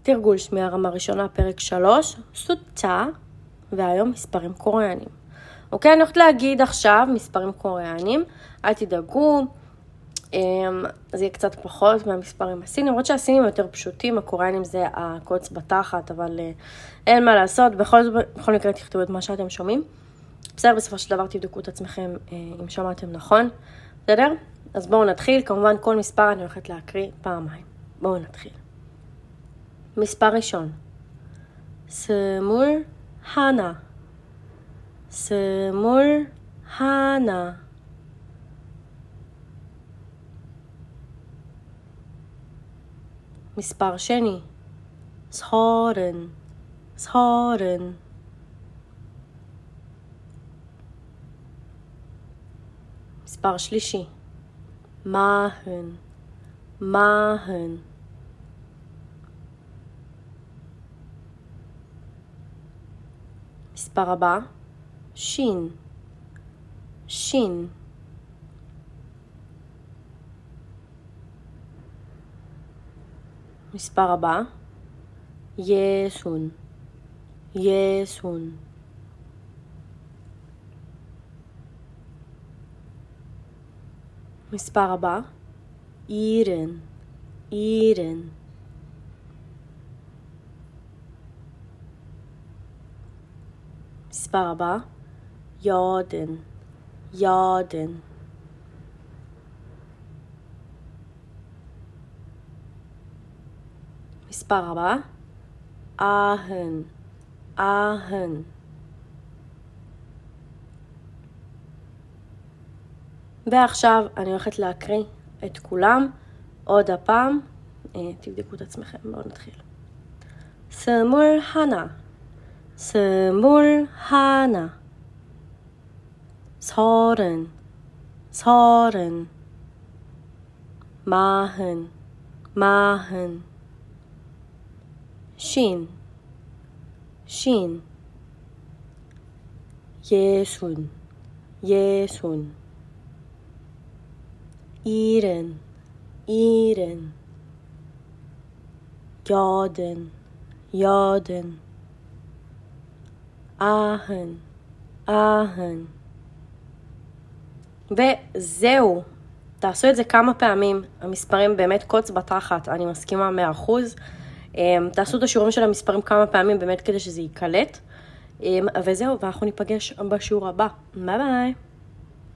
תרגול שמיעה רמה ראשונה, פרק 3, סוצה, והיום מספרים קוריאנים. אוקיי, אני הולכת להגיד עכשיו מספרים קוריאנים, אל תדאגו, זה יהיה קצת פחות מהמספרים הסינים, למרות שהסינים יותר פשוטים, הקוריאנים זה הקוץ בתחת, אבל אין מה לעשות, בכל מקרה תכתבו את מה שאתם שומעים. בסדר, בסופו של דבר תבדקו את עצמכם אם שמעתם נכון, בסדר? אז בואו נתחיל, כמובן כל מספר אני הולכת להקריא פעמיים. בואו נתחיל. מספר ראשון, 21, 21. מספר שני, 30, 30. מספר שלישי, 40, 40. מספר הבא, 50, 50. מספר הבא, 60, 60. מספר הבא, 20, 20. מספר הבא, 80, 80. מספר הבא, 90, 90. ועכשיו אני הולכת להקריא את כולם עוד הפעם, תבדקו את עצמכם, בואו נתחיל. 21, 21. 30, 30. 40, 40. 50, 50. 60, 60. 20, 20. 80, 80. 90, 90. וזהו, תעשו את זה כמה פעמים, המספרים באמת קוץ בתחת, אני מסכימה 100%. תעשו את השיעורים של המספרים כמה פעמים באמת כדי שזה ייקלט. וזהו, ואנחנו ניפגש בשיעור הבא. ביי ביי.